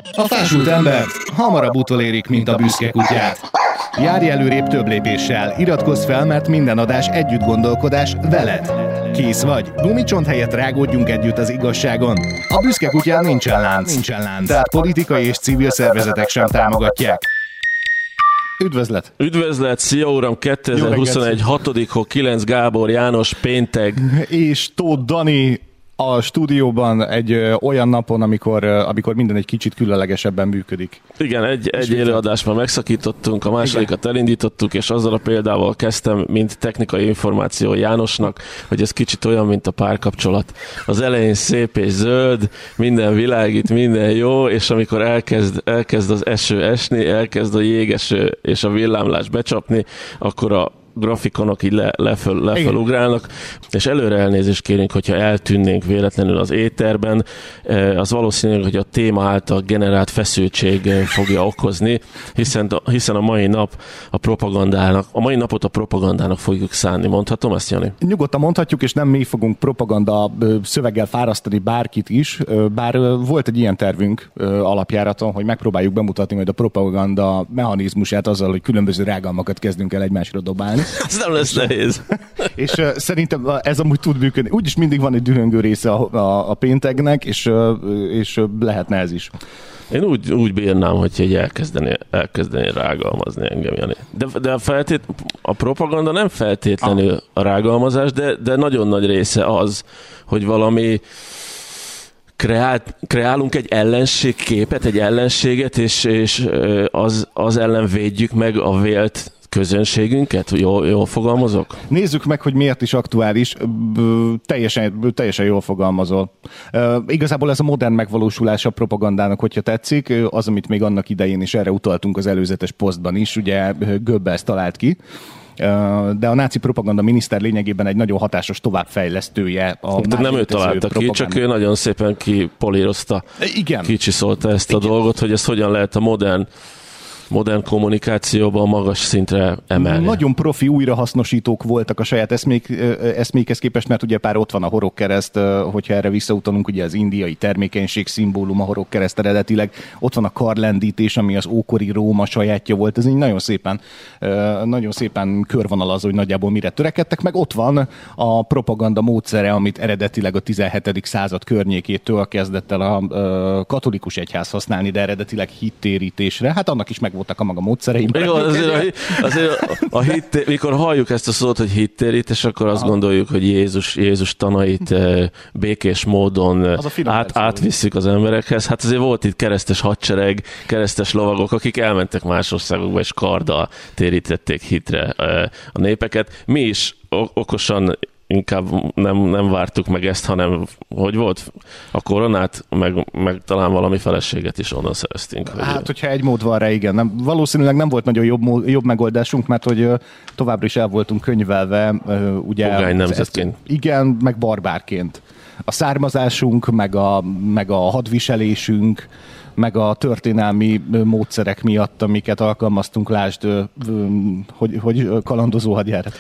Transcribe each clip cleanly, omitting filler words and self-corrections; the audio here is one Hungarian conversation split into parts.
A fásult embert hamarabb utolérik, mint a büszke kutyát. Járj előrébb több lépéssel, iratkozz fel, mert minden adás együtt gondolkodás veled. Kész vagy? Gumicsont helyett rágódjunk együtt az igazságon. A büszke kutyán nincsen lánc, tehát politikai és civil szervezetek sem támogatják. Üdvözlet! Üdvözlet! Szia uram! 2021. 6. 9. Gábor János péntek. És Tóth Dani a stúdióban egy olyan napon, amikor minden egy kicsit különlegesebben működik. Igen, egy élőadást már megszakítottunk, a másodikat elindítottuk, és azzal a példával kezdtem, mint technikai információ Jánosnak, hogy ez kicsit olyan, mint a párkapcsolat. Az elején szép és zöld, minden világít, minden jó, és amikor elkezd az eső esni, elkezd a jégeső és a villámlás becsapni, akkor a grafikonok így lefelugrálnak, és előre elnézést kérünk, hogyha eltűnnénk véletlenül az éterben, az valószínűleg, hogy a téma által generált feszültség fogja okozni, hiszen a mai napot a propagandának fogjuk szánni. Mondhatom ezt, Jani? Nyugodtan mondhatjuk, és nem mi fogunk propaganda szöveggel fárasztani bárkit is, bár volt egy ilyen tervünk alapjáraton, hogy megpróbáljuk bemutatni majd a propaganda mechanizmusát azzal, hogy különböző rágalmakat kezdünk el egymásra dobálni. Ez nem lesz nehéz. És szerintem ez amúgy tud működni. Úgyis mindig van egy dühöngő része a pénteknek, és lehetne ez is. Én úgy bírnám, hogy elkezdeni rágalmazni engem, Jani. De a propaganda nem feltétlenül a rágalmazás, de nagyon nagy része az, hogy valami kreálunk egy ellenségképet, egy ellenséget, és az ellen védjük meg a vélt közönségünket? Jól fogalmazok? Nézzük meg, hogy miért is aktuális. Teljesen jól fogalmazol. Igazából ez a modern megvalósulása a propagandának, hogyha tetszik, az, amit még annak idején is erre utaltunk az előzetes posztban is, ugye Goebbels talált ki, de a náci propaganda miniszter lényegében egy nagyon hatásos továbbfejlesztője. Nem ő találta ki, csak ő nagyon szépen kipolírozta, kicsiszolta ezt a dolgot, hogy ezt hogyan lehet a modern kommunikációban magas szintre emelni. Nagyon profi újrahasznosítók voltak a saját eszmékhez képest, mert ugye pár ott van a horogkereszt, hogyha erre visszautalunk, ugye az indiai termékenység szimbólum a horogkereszt eredetileg, ott van a karlendítés, ami az ókori Róma sajátja volt, ez így nagyon szépen körvonalazó, hogy nagyjából mire törekedtek, meg ott van a propaganda módszere, amit eredetileg a 17. század környékétől kezdett el a katolikus egyház használni, de eredetileg hittérítésre. Hát annak is meg voltak a maga módszereim. Jó, azért mikor halljuk ezt a szót, hogy hittérítés, akkor azt gondoljuk, hogy Jézus tanait békés módon átvisszük az emberekhez. Hát azért volt itt keresztes hadsereg, keresztes lovagok, akik elmentek más országokba, és karddal térítették hitre a népeket. Mi is okosan inkább nem vártuk meg ezt, hanem hogy volt a koronát, meg talán valami feleséget is onnan szereztünk. Hát, hogyha egy mód van rá, igen. Valószínűleg nem volt nagyon jobb megoldásunk, mert hogy továbbra is el voltunk könyvelve. Ugye, pogány nemzetként. Igen, meg barbárként. A származásunk, meg a hadviselésünk, meg a történelmi módszerek miatt, amiket alkalmaztunk, lásd, hogy kalandozó hadjárat.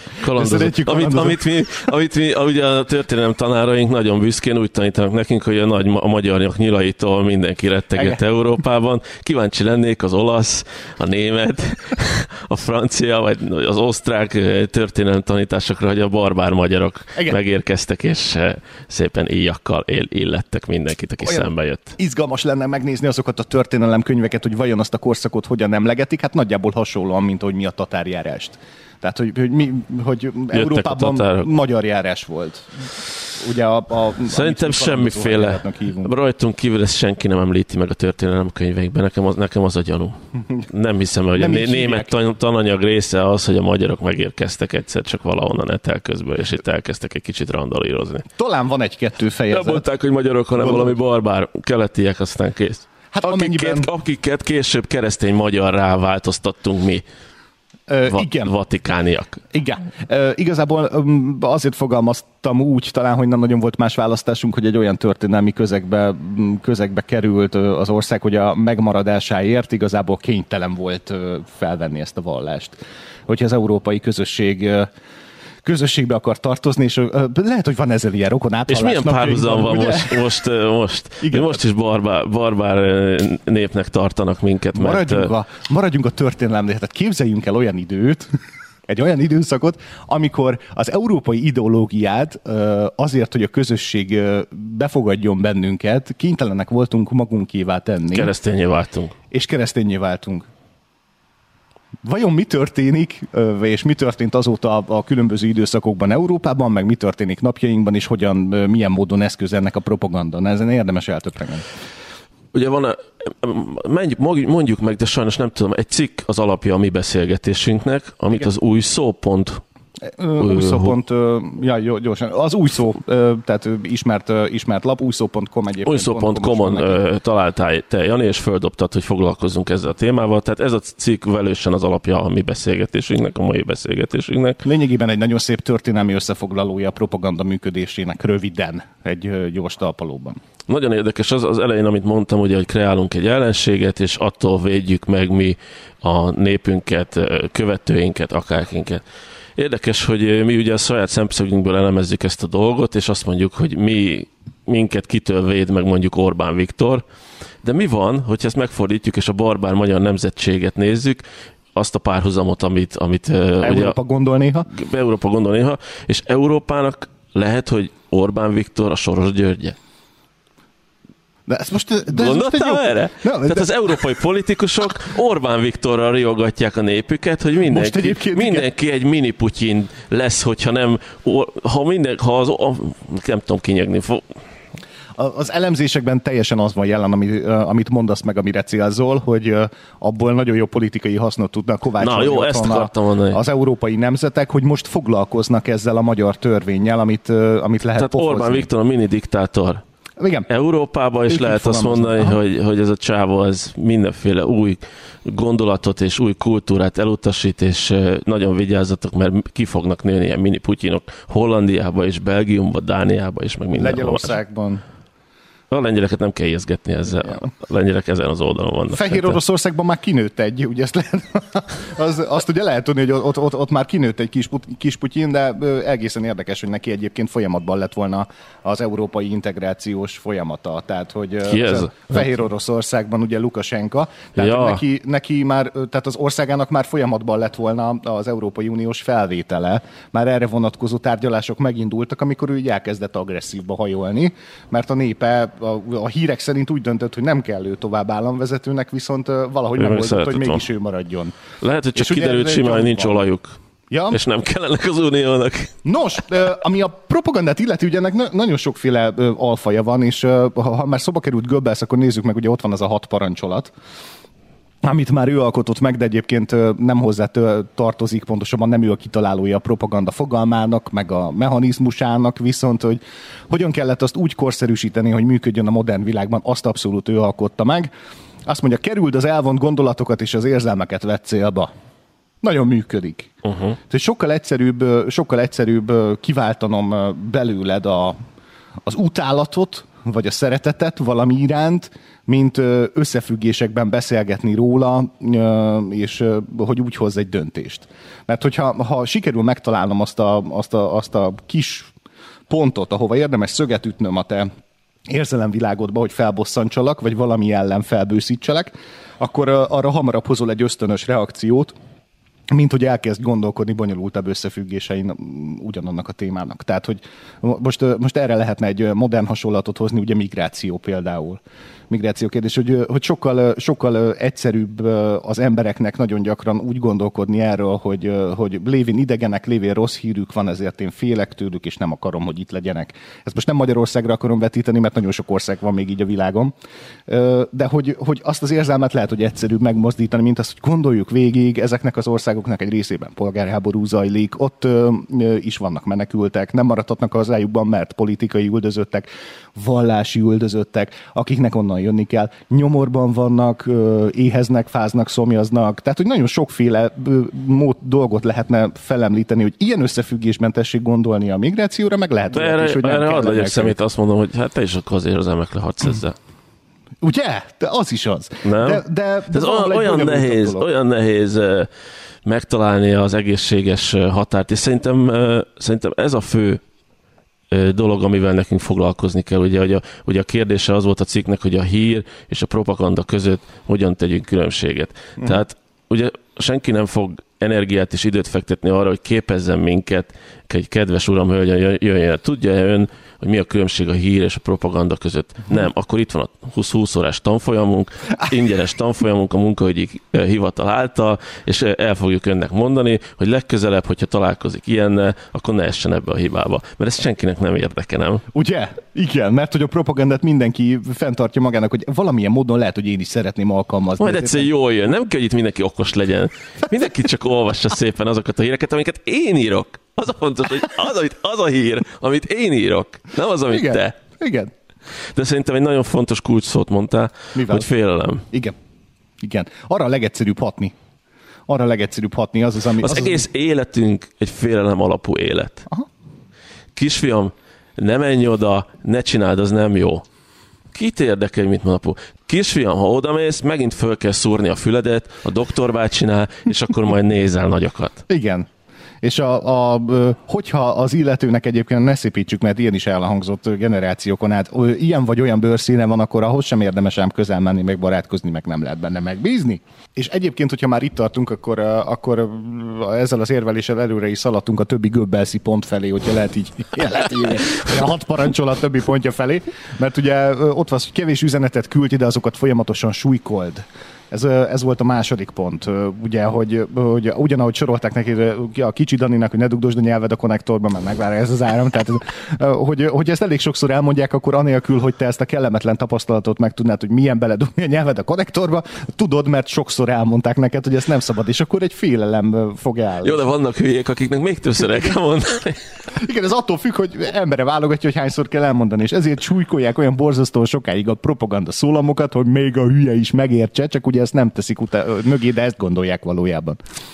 Amit mi ugye a történelem tanáraink nagyon büszkén úgy tanítanak nekünk, hogy a magyarok nyilaitól mindenki retteget Európában. Kíváncsi lennék az olasz, a német, a francia, vagy az osztrák történelem tanításokra, hogy a barbár magyarok megérkeztek, és szépen íjakkal illettek mindenkit, aki szembe jött. Izgalmas lenne megnézni azokat a történelemkönyveket, hogy vajon azt a korszakot hogyan emlegetik, hát nagyjából hasonlóan, mint hogy mi a tatárjárást. Tehát, hogy Európában magyar járás volt. Ugye szerintem semmiféle. Rajtunk kívül ezt senki nem említi meg a történelemkönyveikben. Nekem az a gyanú. Nem hiszem, hogy a német tananyag része az, hogy a magyarok megérkeztek egyszer csak valahonnan etelközből, és itt elkezdtek egy kicsit randalírozni. Talán van egy-kettő fejezet. Nem mondták, hogy magyarok, hanem valami barbár keletiek, aztán kész. Hát akiket később keresztény magyarrá változtattunk mi. Igen. Vatikániak. Igen. Igazából azért fogalmaztam úgy, talán, hogy nem nagyon volt más választásunk, hogy egy olyan történelmi közegbe került az ország, hogy a megmaradásáért igazából kénytelen volt felvenni ezt a vallást. Hogyha az európai közösség közösségbe akar tartozni, és lehet, hogy van ezzel ilyen rokon áthallás. És milyen párhuzam van most? Most is barbár népnek tartanak minket. Maradjunk a történelemnél. Tehát képzeljünk el olyan időt, egy olyan időszakot, amikor az európai ideológiát azért, hogy a közösség befogadjon bennünket, kénytelenek voltunk magunkévá tenni. Kereszténnyé váltunk. Vajon mi történik, és mi történt azóta a különböző időszakokban Európában, meg mi történik napjainkban, és milyen módon eszköz ennek a propaganda? Ezen érdemes eltöprengeni. Ugye mondjuk meg, de sajnos nem tudom, egy cikk az alapja a mi beszélgetésünknek, amit az új szó pont. Gyorsan. Az új szó, tehát ismert lap, újszó.com egyébként. Újszó.com-on találtál te, Jani, és földobtad, hogy foglalkozzunk ezzel a témával. Tehát ez a cikk velősen az alapja a mi beszélgetésünknek, a mai beszélgetésünknek. Lényegében egy nagyon szép történelmi összefoglalója a propaganda működésének röviden, egy gyors talpalóban. Nagyon érdekes az elején, amit mondtam, ugye, hogy kreálunk egy ellenséget, és attól védjük meg mi a népünket, követőinket, akárkinket. Érdekes, hogy mi ugye a saját szemszögünkből elemezzük ezt a dolgot, és azt mondjuk, hogy minket kitől véd meg mondjuk Orbán Viktor, de mi van, hogyha ezt megfordítjuk, és a barbár magyar nemzetséget nézzük, azt a párhuzamot, amit Európa gondol néha, és Európának lehet, hogy Orbán Viktor a Soros Györgye. De ez most gondoltál erre? Tehát az európai politikusok Orbán Viktorral riogatják a népüket, hogy mindenki egy mini Putyin lesz, hogyha nem, nem tudom kinyegni. Az elemzésekben teljesen az van jelen, amit mondasz meg, amire célzol, hogy abból nagyon jó politikai hasznot tudnak kovácsolni az európai nemzetek, hogy most foglalkoznak ezzel a magyar törvénnyel, amit lehet Tehát pofozni. Orbán Viktor a mini diktátor. Igen. Európában is lehet azt mondani, hogy ez a csávó ez mindenféle új gondolatot és új kultúrát elutasít, és nagyon vigyázzatok, mert ki fognak nőni ilyen mini Putyinok Hollandiába és Belgiumba, Dániába és meg mindenhol. Lengyelországban. A lengyeleket nem kell ijeszgetni ezzel. A lengyelek ezen az oldalon vannak. Fehér Oroszországban már kinőtt egy, ugye azt ugye lehet tudni, hogy ott már kinőtt egy kis Putyin, de egészen érdekes, hogy neki egyébként folyamatban lett volna az európai integrációs folyamata. Tehát, hogy Fehér Oroszországban ugye Lukasenka, tehát neki már, tehát az országának már folyamatban lett volna az Európai Uniós felvétele. Már erre vonatkozó tárgyalások megindultak, amikor ő elkezdett agresszívba hajolni, mert a népe a hírek szerint úgy döntött, hogy nem kell ő tovább államvezetőnek, viszont valahogy megoldott, hogy mégis ő maradjon. Lehet, hogy csak kiderült simán, hogy nincs olajuk. Ja? És nem kellenek az uniónak. Nos, ami a propagandát illeti, ugye ennek nagyon sokféle alfaja van, és ha már szóba került Goebbels, akkor nézzük meg, ugye ott van az a 6 parancsolat, amit már ő alkotott meg, de egyébként nem hozzá tartozik, pontosabban nem ő a kitalálója a propaganda fogalmának, meg a mechanizmusának, viszont hogy hogyan kellett azt úgy korszerűsíteni, hogy működjön a modern világban, azt abszolút ő alkotta meg. Azt mondja, kerüld az elvont gondolatokat és az érzelmeket vett célba. Nagyon működik. Tehát sokkal egyszerűbb kiváltanom belőled az utálatot, vagy a szeretetet valami iránt, mint összefüggésekben beszélgetni róla, és hogy úgy hozz egy döntést. Mert hogyha sikerül megtalálnom azt a kis pontot, ahova érdemes szöget ütnöm a te érzelemvilágodba, hogy felbosszantsalak, vagy valami ellen felbőszítselek, akkor arra hamarabb hozol egy ösztönös reakciót, mint hogy elkezd gondolkodni bonyolultabb összefüggésein ugyanannak a témának. Tehát, hogy most erre lehetne egy modern hasonlatot hozni, ugye migráció például. Migráció kérdés, hogy sokkal egyszerűbb az embereknek nagyon gyakran úgy gondolkodni erről, hogy lévén idegenek, lévén rossz hírük van, ezért én félek tőlük, és nem akarom, hogy itt legyenek. Ezt most nem Magyarországra akarom vetíteni, mert nagyon sok ország van még így a világon. De hogy azt az érzelmet lehet, hogy egyszerűbb megmozdítani, mint azt, hogy gondoljuk végig, ezeknek az országoknak egy részében polgárháború zajlik, ott is vannak menekültek, nem maradhatnak hazájukban, mert politikai üldözöttek, vallási üldözöttek, akiknek onnan jönni kell, nyomorban vannak, éheznek, fáznak, szomjaznak, tehát hogy nagyon sokféle dolgot lehetne felemlíteni, hogy ilyen összefüggésben tessék gondolni a migrációra, meg lehet, hogy is, hogy nem kell legyek szemét, azt mondom, hogy hát te is akkor az érzelmekre hadsz ezzel. Ugye? De az is az. Nem? De olyan nehéz megtalálni az egészséges határt, és szerintem ez a fő dolog, amivel nekünk foglalkozni kell. Ugye a kérdése az volt a cikknek, hogy a hír és a propaganda között hogyan tegyünk különbséget. Tehát ugye senki nem fog energiát és időt fektetni arra, hogy képezzen minket, egy kedves uram, hölgyen jöjjön. Tudja ön, hogy mi a különbség a hír és a propaganda között? Nem, akkor itt van a 20 órás tanfolyamunk, ingyenes tanfolyamunk a munkaügyi hivatal által, és el fogjuk önnek mondani, hogy legközelebb, hogyha találkozik ilyennel, akkor ne essen ebbe a hibába. Mert ez senkinek nem érdeke, nem? Ugye? Igen, mert hogy a propagandát mindenki fenntartja magának, hogy valamilyen módon lehet, hogy én is szeretném alkalmazni. Majd egyszer jól jön. Nem kell, hogy itt mindenki okos legyen. Mindenki csak olvassa szépen azokat a híreket, amiket én írok. Az a fontos, hogy az a hír, amit én írok, nem az, amit te. Igen. De szerintem egy nagyon fontos kulcsszót mondtál, hogy félelem. Igen. Arra a legegyszerűbb hatni. Az egész életünk egy félelem alapú élet. Aha. Kisfiam, ne menj oda, ne csináld, az nem jó. Kit érdekel, mit mond apu? Kisfiam, ha odamész, megint föl kell szúrni a füledet, a doktorbácsinál, és akkor majd nézel nagyokat. Igen. És hogyha az illetőnek egyébként ne szépítsük, mert ilyen is elhangzott generációkon át, ilyen vagy olyan bőrszíne van, akkor ahhoz sem érdemes ám közel menni, meg barátkozni, meg nem lehet benne megbízni. És egyébként, hogyha már itt tartunk, akkor ezzel az érveléssel előre is szaladtunk a többi Goebbelsi pont felé, hogyha lehet így a 6 parancsolat többi pontja felé, mert ugye ott van, hogy kevés üzenetet küld ide, azokat folyamatosan súlykold. Ez volt a második pont, ugye, hogy ugyanahogy sorolták neki a kicsi Daninak, hogy ne dugdosd a nyelved a konnektorban, mert megvárja ez az áram. Tehát, hogy ezt elég sokszor elmondják, akkor anélkül, hogy te ezt a kellemetlen tapasztalatot megtudnád, hogy milyen beledugni a nyelved a konnektorba, tudod, mert sokszor elmondták neked, hogy ezt nem szabad, és akkor egy félelem fog állni. Jó, de vannak hülyék, akiknek még többször el kell mondani. Igen, ez attól függ, hogy embere válogatja, hogy hányszor kell elmondani, és ezért súlykolják olyan borzasztó sokáig a propaganda szólamokat, hogy még a hülye is megértse, csak ugye ezt nem teszik mögé, de ezt gondolják valójában.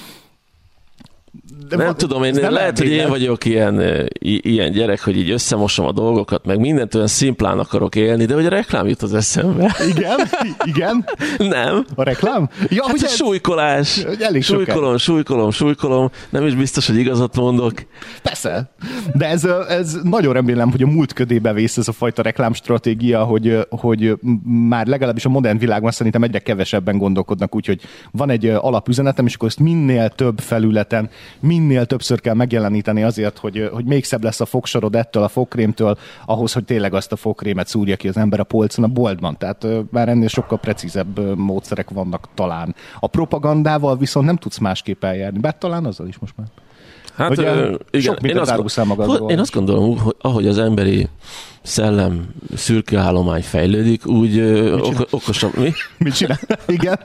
De nem tudom, lehet, hogy én vagyok ilyen gyerek, hogy így összemosom a dolgokat, meg mindent olyan szimplán akarok élni, de hogy a reklám jut az eszembe. Igen? Nem. A reklám? Ja, hát a súlykolás. Súlykolom. Nem is biztos, hogy igazat mondok. Persze. De ez nagyon remélem, hogy a múlt ködébe vész ez a fajta reklámstratégia, hogy már legalábbis a modern világban szerintem egyre kevesebben gondolkodnak úgy, hogy van egy alapüzenetem, és akkor ezt minél több felületen, minél többször kell megjeleníteni azért, hogy még szebb lesz a fogsorod ettől a fogkrémtől, ahhoz, hogy tényleg azt a fogkrémet szúrja ki az ember a polcon, a boltban. Tehát már ennél sokkal precízebb módszerek vannak talán. A propagandával viszont nem tudsz másképp eljárni, bár talán azzal is most már. Hát igen, én azt gondolom, hogy ahogy az emberi szellem szürke állomány fejlődik, úgy okosabb... Mi? Mit csinál? Igen.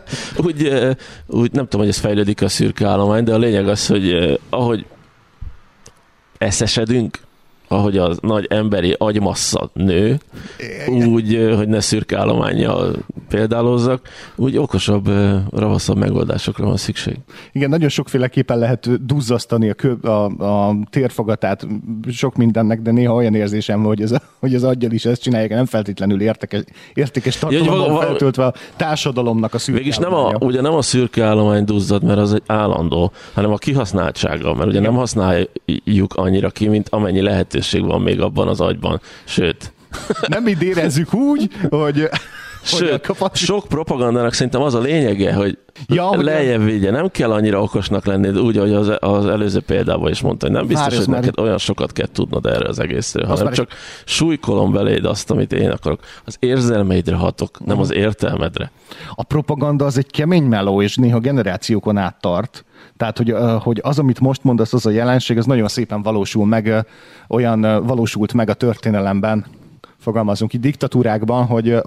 Úgy nem tudom, hogy ez fejlődik a szürke állomány, de a lényeg az, hogy ahogy eszesedünk, ahogy az nagy emberi agymassza nő, úgy, hogy ne szürke állománnyal példálozzak, úgy okosabb, ravaszabb megoldásokra van szükség. Igen, nagyon sokféleképpen lehet duzzasztani a térfogatát sok mindennek, de néha olyan érzésem, hogy az aggyal is ezt csinálják, nem feltétlenül értékes tartalommal feltöltve a társadalomnak a szürke állománya. Ugye nem a szürke állomány duzzad, mert az egy állandó, hanem a kihasználtsága, mert ugye nem használjuk annyira ki, mint amennyi lehetőség van még abban az agyban. Sőt. Nem így érezzük úgy, hogy... Sőt, sok propagandának szerintem az a lényege, hogy lejjebb vigye. Nem kell annyira okosnak lenni, úgy, ahogy az előző példában is mondta, hogy nem biztos, hogy neked olyan sokat kell tudnod erre az egészről, hanem csak súlykolom beléd azt, amit én akarok. Az érzelmeidre hatok, nem az értelmedre. A propaganda az egy kemény meló, és néha generációkon át tart. Tehát, hogy az, amit most mondasz, az a jelenség, az nagyon szépen valósult meg a történelemben, fogalmazunk így diktatúrákban,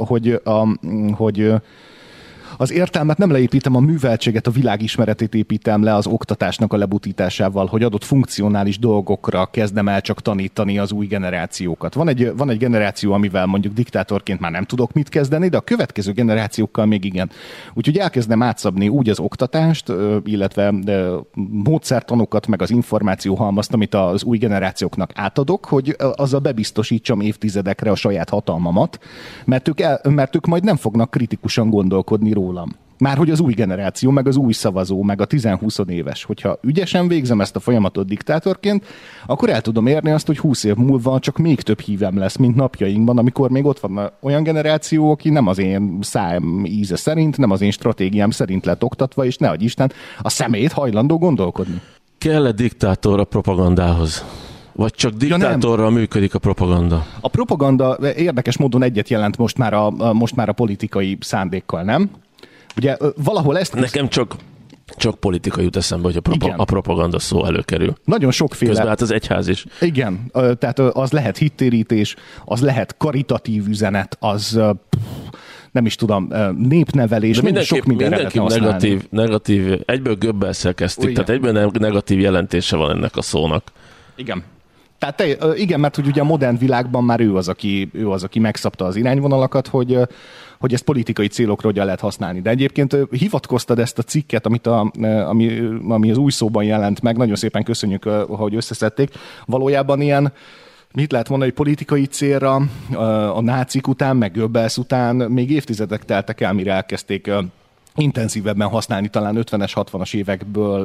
hogy az értelmet nem leépítem, a műveltséget, a világismeretét építem le az oktatásnak a lebutításával, hogy adott funkcionális dolgokra kezdem el csak tanítani az új generációkat. Van egy generáció, amivel mondjuk diktátorként már nem tudok mit kezdeni, de a következő generációkkal még igen. Úgyhogy elkezdem átszabni úgy az oktatást, illetve módszertanokat, meg az információhalmazt, amit az új generációknak átadok, hogy azzal bebiztosítsam évtizedekre a saját hatalmamat, mert ők majd nem fognak kritikusan gondolkodni rólam. Már hogy az új generáció, meg az új szavazó, meg a 10-20 éves, hogyha ügyesen végzem ezt a folyamatot diktátorként, akkor el tudom érni azt, hogy 20 év múlva csak még több hívem lesz, mint napjainkban, amikor még ott van olyan generáció, aki nem az én szám íze szerint, nem az én stratégiám szerint lett oktatva, és nehogy Isten a szemét hajlandó gondolkodni. Kell-e diktátor a propagandához? Vagy csak diktátorral működik a propaganda? A propaganda érdekes módon egyet jelent most már a politikai szándékkal, nem? Ugye valahol ezt... Nekem csak politika jut eszembe, hogy a propaganda szó előkerül. Nagyon sokféle. Közben hát az egyház is. Igen, tehát az lehet hittérítés, az lehet karitatív üzenet, az nem is tudom, népnevelés, sok mindenre lehet használni. Negatív, egyből Goebbelszel kezdtük, tehát egyből negatív jelentése van ennek a szónak. Igen. Tehát igen, mert hogy ugye a modern világban már ő az, aki megszabta az irányvonalakat, hogy ezt politikai célokra hogyan lehet használni. De egyébként hivatkoztad ezt a cikket, ami az új szóban jelent meg, nagyon szépen köszönjük, hogy összeszedték. Valójában ilyen, mit lehet mondani, hogy politikai célra a nácik után, meg Goebbels után még évtizedek teltek el, mire elkezdték intenzívebben használni, talán 50-es, 60-as évekből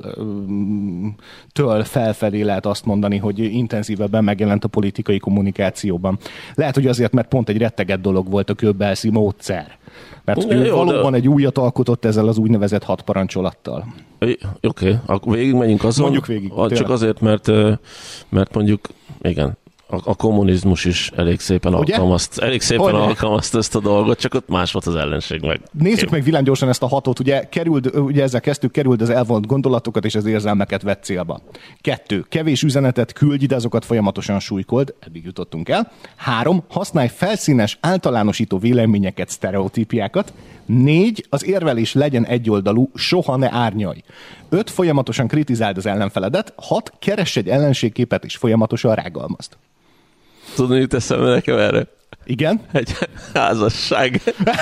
től felfelé lehet azt mondani, hogy intenzívebben megjelent a politikai kommunikációban. Lehet, hogy azért, mert pont egy retteget dolog volt a Goebbelsi módszer. Mert ő valóban egy újat alkotott ezzel az úgynevezett 6 parancsolattal. Oké, akkor végig megyünk azon. Mondjuk végig. Csak azért, mert mondjuk, igen, a kommunizmus is elég szépen alkalmazta ezt a dolgot, csak ott más volt az ellenség meg. Nézzük meg villámgyorsan ezt a 6-ot, ugye ezzel kezdtük, kerüld az elvont gondolatokat és az érzelmeket vett célba. 2. Kevés üzenetet küldj, de azokat folyamatosan súlykold, eddig jutottunk el. 3. Használj felszínes, általánosító véleményeket, sztereotípiákat. 4. Az érvelés legyen egyoldalú, soha ne árnyalj. 5. Folyamatosan kritizáld az ellenfeledet. 6. Keress egy ellenségképet és folyamatosan rágalmazd. Tudni jut eszembe nekem erre? Igen? Egy házasság.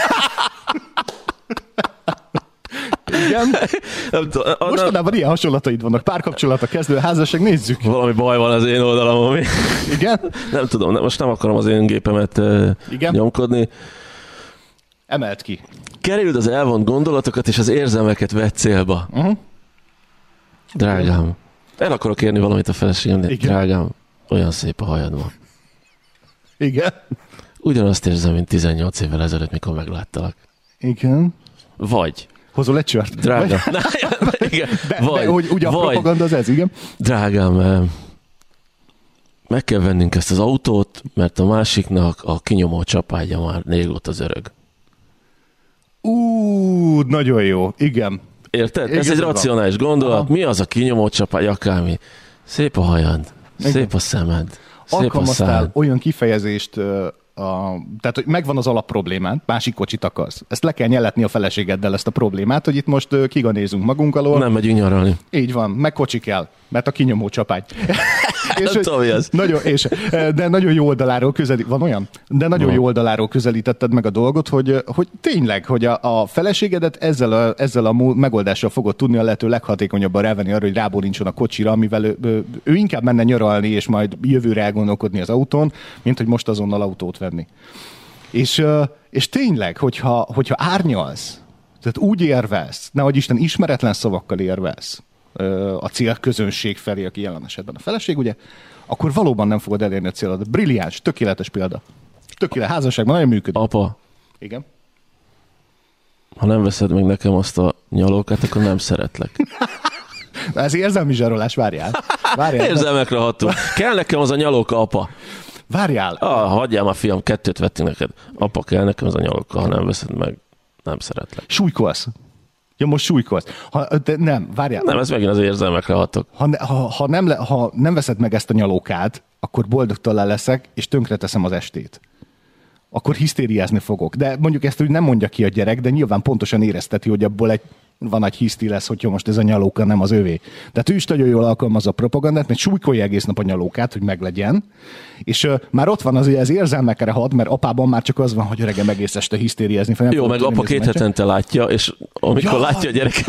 Igen? Mostanában ilyen hasonlatoid vannak. Párkapcsolata, kezdő, házasság, nézzük. Valami baj van az én oldalamon. Igen? Nem tudom, most nem akarom az én gépemet nyomkodni. Emeld ki. Kerüld az elvont gondolatokat és az érzelmeket vedd célba. Drágám, el akarok érni valamit a feleségemnek. Drágám, olyan szép a hajad van. Igen. Ugyanazt érzem, mint 18 évvel ezelőtt, mikor megláttalak. Igen. Vagy. Hozol egy csört? Drágám. Igen. De ugye a propaganda az ez, igen? Drágám, meg kell vennünk ezt az autót, mert a másiknak a kinyomó csapágya már régóta zörög. Nagyon jó. Igen. Érted? Ez egy racionális gondolat. Aha. Mi az a kinyomó csapágy, akármi? Szép a hajad, szép a szemed, szép a szád. Olyan kifejezést, tehát hogy megvan az alapproblémát, másik kocsit akarsz. Ezt le kell nyeletni a feleségeddel, ezt a problémát, hogy itt most kiganézünk magunk alól. Nem megyünk nyaralni. Így van, meg kocsi kell, mert a kinyomó csapágy. De nagyon jó oldaláról van olyan? De nagyon jó oldaláról közelítetted meg a dolgot, hogy tényleg, hogy a feleségedet ezzel a megoldással fogod tudni a lehető leghatékonyabban rávenni arra, hogy rábólincson a kocsira, amivel ő inkább menne nyaralni, és majd jövőre elgondolkodni az autón, mint hogy most azonnal autót venni. És tényleg, hogyha árnyalsz, tehát úgy érvelsz, nehogy Isten ismeretlen szavakkal érvelsz a célközönség felé, aki jelen esetben a feleség, ugye, akkor valóban nem fogod elérni a célodat. Brilliáns, tökéletes példa. Tökéletes házasságban nagyon működik. Apa. Igen. Ha nem veszed meg nekem azt a nyalókát, akkor nem szeretlek. Ez érzelmi zsarolás, várjál. Érzelmekre hattunk. Kell nekem az a nyalóka, apa. Várjál. Hagyjál már, fiam, 2 vettünk neked. Apa, kell nekem az a nyalóka, ha nem veszed meg, nem szeretlek. Súlykolsz. Ja, most súlykolsz. Nem, várjál. Nem, ez megint az érzelmekre hatok. Ha nem veszed meg ezt a nyalókát, akkor boldogtalan leszek, és tönkreteszem az estét. Akkor hisztériázni fogok. De mondjuk ezt úgy nem mondja ki a gyerek, de nyilván pontosan érezteti, hogy abból van egy hiszti lesz, hogyha most ez a nyalóka nem az övé. Tehát ő is nagyon jól alkalmazza a propagandát, mert súlykolja egész nap a nyalókát, hogy meglegyen. És már ott van az, hogy ez érzelmekre hat, mert apában már csak az van, hogy öregem egész este hisztériázni. Jó, meg apa 2 hetente látja, és amikor látja a gyereket,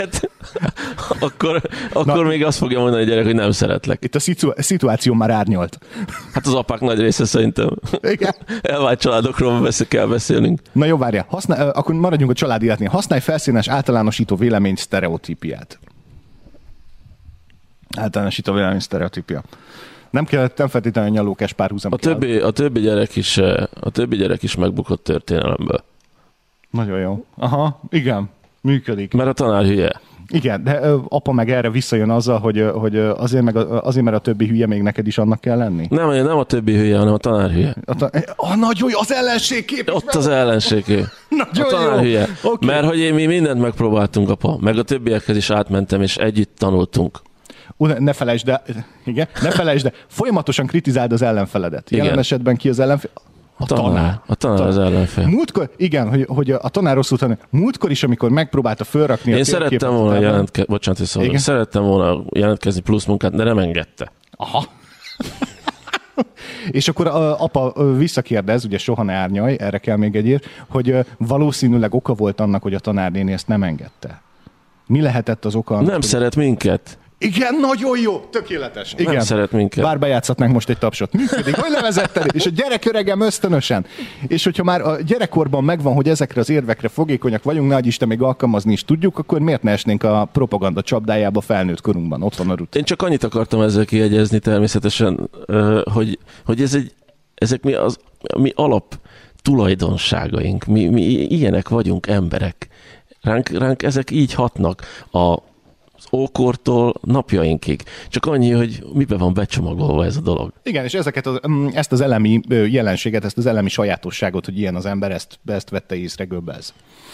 akkor még azt fogja mondani a gyerek, hogy nem szeretlek. Itt a szituáció már árnyalt. Hát az apák nagy része szerintem. Igen. Elvált családokról kell beszélnünk. Na jó, várjál. Akkor maradjunk a családi életnél. Használj felszínes általánosító vélemény sztereotípiát. Általánosító vélemény sztereotípia. Nem feltétlenül nyalókás párhuzam a többi gyerek is megbukott történelemből. Nagyon jó. Aha, igen, működik. Mert a tanár hülye. Igen, de apa meg erre visszajön azzal, hogy azért, mert a többi hülye, még neked is annak kell lenni? Nem a többi hülye, hanem a tanár hülye. Nagyon jó, az ellenségkép! Ott az ellenségkép. A tanár hülye. Okay. Mert hogy mi mindent megpróbáltunk, apa, meg a többiekhez is átmentem, és együtt tanultunk. Ne felejtsd el, folyamatosan kritizáld az ellenfeledet. Igen. Jelen esetben ki az ellenfél? A tanár az ellenfél. Múltkor, igen, hogy a tanár rosszul tanul. Múltkor is, amikor megpróbálta fölrakni Én szerettem volna jelentkezni plusz munkát, de nem engedte. Aha. És akkor apa visszakérdez, ugye soha ne árnyalj, erre kell még egy ér, hogy valószínűleg oka volt annak, hogy a tanárnéni ezt nem engedte. Mi lehetett az oka? Nem szeret minket. Igen, nagyon jó, tökéletes. Igen. Nem szeret minket. Bár bejátszhatnánk most egy tapsot. Működik, hogy levezetted, és a gyereköregem ösztönösen. És hogyha már a gyerekkorban megvan, hogy ezekre az érvekre fogékonyak vagyunk, nagy Isten még alkalmazni is tudjuk, akkor miért ne esnénk a propaganda csapdájába felnőtt korunkban? Ott van a rutin. Én csak annyit akartam ezzel kiegyezni természetesen, hogy ezek mi alap tulajdonságaink. Mi ilyenek vagyunk emberek. Ránk ezek így hatnak az ókortól napjainkig. Csak annyi, hogy mibe van becsomagolva ez a dolog. Igen, és ezt az elemi jelenséget, ezt az elemi sajátosságot, hogy ilyen az ember, ezt vette észre Goebbels.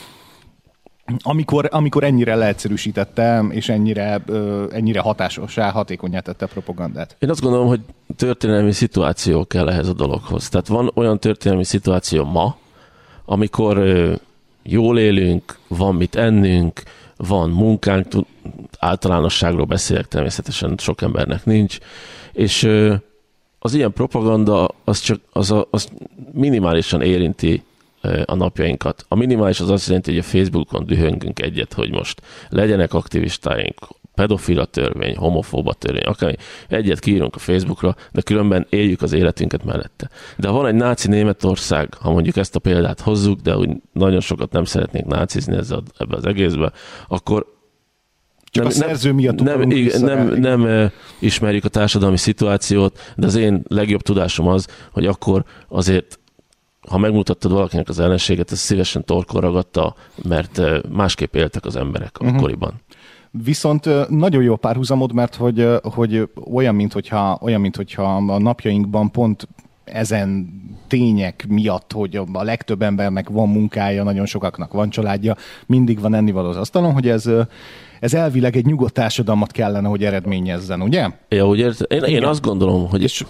Amikor ennyire leegyszerűsítette, és ennyire hatásossá, hatékonnyá tette a propagandát. Én azt gondolom, hogy történelmi szituáció kell ehhez a dologhoz. Tehát van olyan történelmi szituáció ma, amikor jól élünk, van mit ennünk, van munkánk, általánosságról beszélek, természetesen sok embernek nincs, és az ilyen propaganda az minimálisan érinti a napjainkat. A minimális az azt jelenti, hogy a Facebookon dühöngünk egyet, hogy most legyenek aktivistáink, pedofila törvény, homofóba törvény, akár egyet kiírunk a Facebookra, de különben éljük az életünket mellette. De ha van egy náci Németország, ha mondjuk ezt a példát hozzuk, de úgy nagyon sokat nem szeretnénk nácizni ebbe az egészbe, akkor csak a szerző miatt nem ismerjük a társadalmi szituációt, de az én legjobb tudásom az, hogy akkor azért ha megmutattad valakinek az ellenséget, ez szívesen torkon ragadta, mert másképp éltek az emberek akkoriban. Viszont nagyon jó párhuzamod, mert hogy olyan, minthogyha a napjainkban pont ezen tények miatt, hogy a legtöbb embernek van munkája, nagyon sokaknak van családja, mindig van ennivaló az asztalon, hogy ez elvileg egy nyugodt társadalmat kellene, hogy eredményezzen, ugye? Ja, ugye én azt gondolom, hogy... És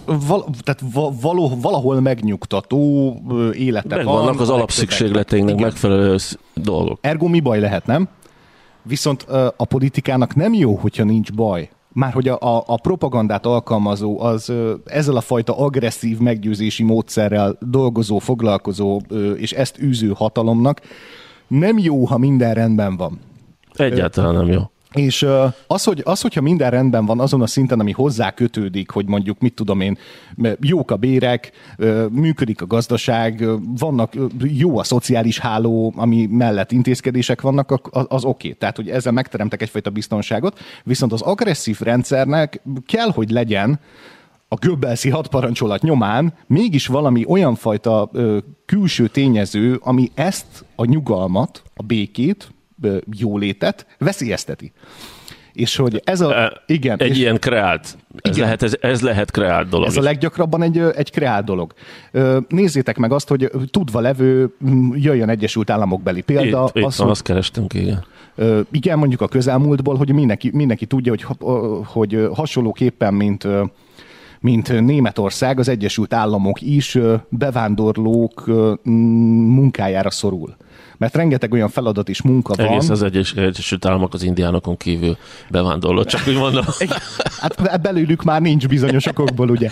valahol megnyugtató élete van. Vannak az alapszükségleteinknek megfelelő dolgok. Ergo mi baj lehet, nem? Viszont a politikának nem jó, hogyha nincs baj. Már hogy a propagandát alkalmazó, az ezzel a fajta agresszív meggyőzési módszerrel dolgozó, foglalkozó és ezt űző hatalomnak nem jó, ha minden rendben van. Egyáltalán nem jó. És hogyha minden rendben van azon a szinten, ami hozzá kötődik, hogy mondjuk, mit tudom én, jók a bérek, működik a gazdaság, vannak jó a szociális háló, ami mellett intézkedések vannak, az oké. Tehát, hogy ezzel megteremtek egyfajta biztonságot, viszont az agresszív rendszernek kell, hogy legyen a Goebbelsi hadparancsolat nyomán mégis valami olyan fajta külső tényező, ami ezt a nyugalmat, a békét, jólétet veszélyezteti. És hogy igen. Ilyen kreált. Ez lehet kreált dolog. Ez a leggyakrabban egy kreált dolog. Nézzétek meg azt, hogy tudva levő jöjjön Egyesült Államokbeli példa. Itt azt kerestünk, igen. Igen, mondjuk a közelmúltból, hogy mindenki tudja, hogy hasonlóképpen, mint Németország, az Egyesült Államok is bevándorlók munkájára szorul. Mert rengeteg olyan feladat és munka van. Egész az Egyesült Államok az indiánokon kívül bevándorlott, csak úgy mondom. Hát belőlük már nincs bizonyos okokból, ugye.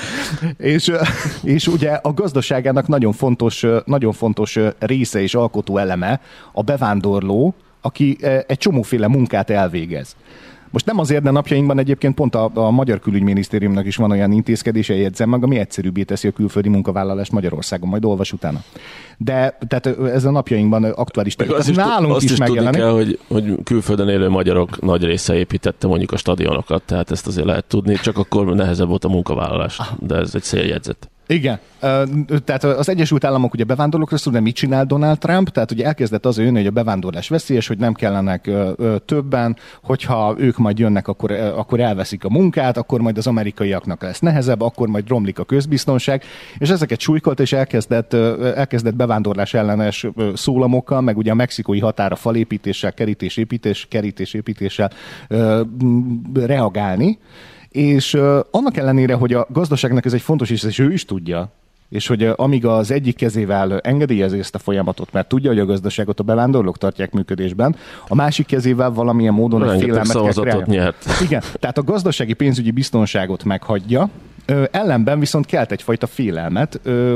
És ugye a gazdaságának nagyon fontos része és alkotó eleme a bevándorló, aki egy csomóféle munkát elvégez. Most nem azért, de napjainkban egyébként pont a Magyar Külügyminisztériumnak is van olyan intézkedése, jegyzem meg, ami egyszerűbbé teszi a külföldi munkavállalást Magyarországon, majd olvas utána. De tehát ez a napjainkban aktuális terület. Nálunk is megjelenik. Hogy külföldön élő magyarok nagy része építette mondjuk a stadionokat, tehát ezt azért lehet tudni, csak akkor nehezebb volt a munkavállalás, de ez egy széljegyzet. Igen. Tehát az Egyesült Államok ugye bevándorlókra szól, de mit csinál Donald Trump? Tehát ugye elkezdett az jönni, hogy a bevándorlás veszélyes, hogy nem kellenek többen, hogyha ők majd jönnek, akkor elveszik a munkát, akkor majd az amerikaiaknak lesz nehezebb, akkor majd romlik a közbiztonság, és ezeket súlykolt, és elkezdett bevándorlás ellenes szólamokkal, meg ugye a mexikói határa falépítéssel, kerítésépítéssel reagálni. És annak ellenére, hogy a gazdaságnak ez egy fontos része, és ő is tudja, és hogy amíg az egyik kezével engedélyezi ezt a folyamatot, mert tudja, hogy a gazdaságot a bevándorlók tartják működésben, a másik kezével valamilyen módon egy félelmet kell kreálni. Igen, tehát a gazdasági pénzügyi biztonságot meghagyja, ellenben viszont kelt egyfajta félelmet,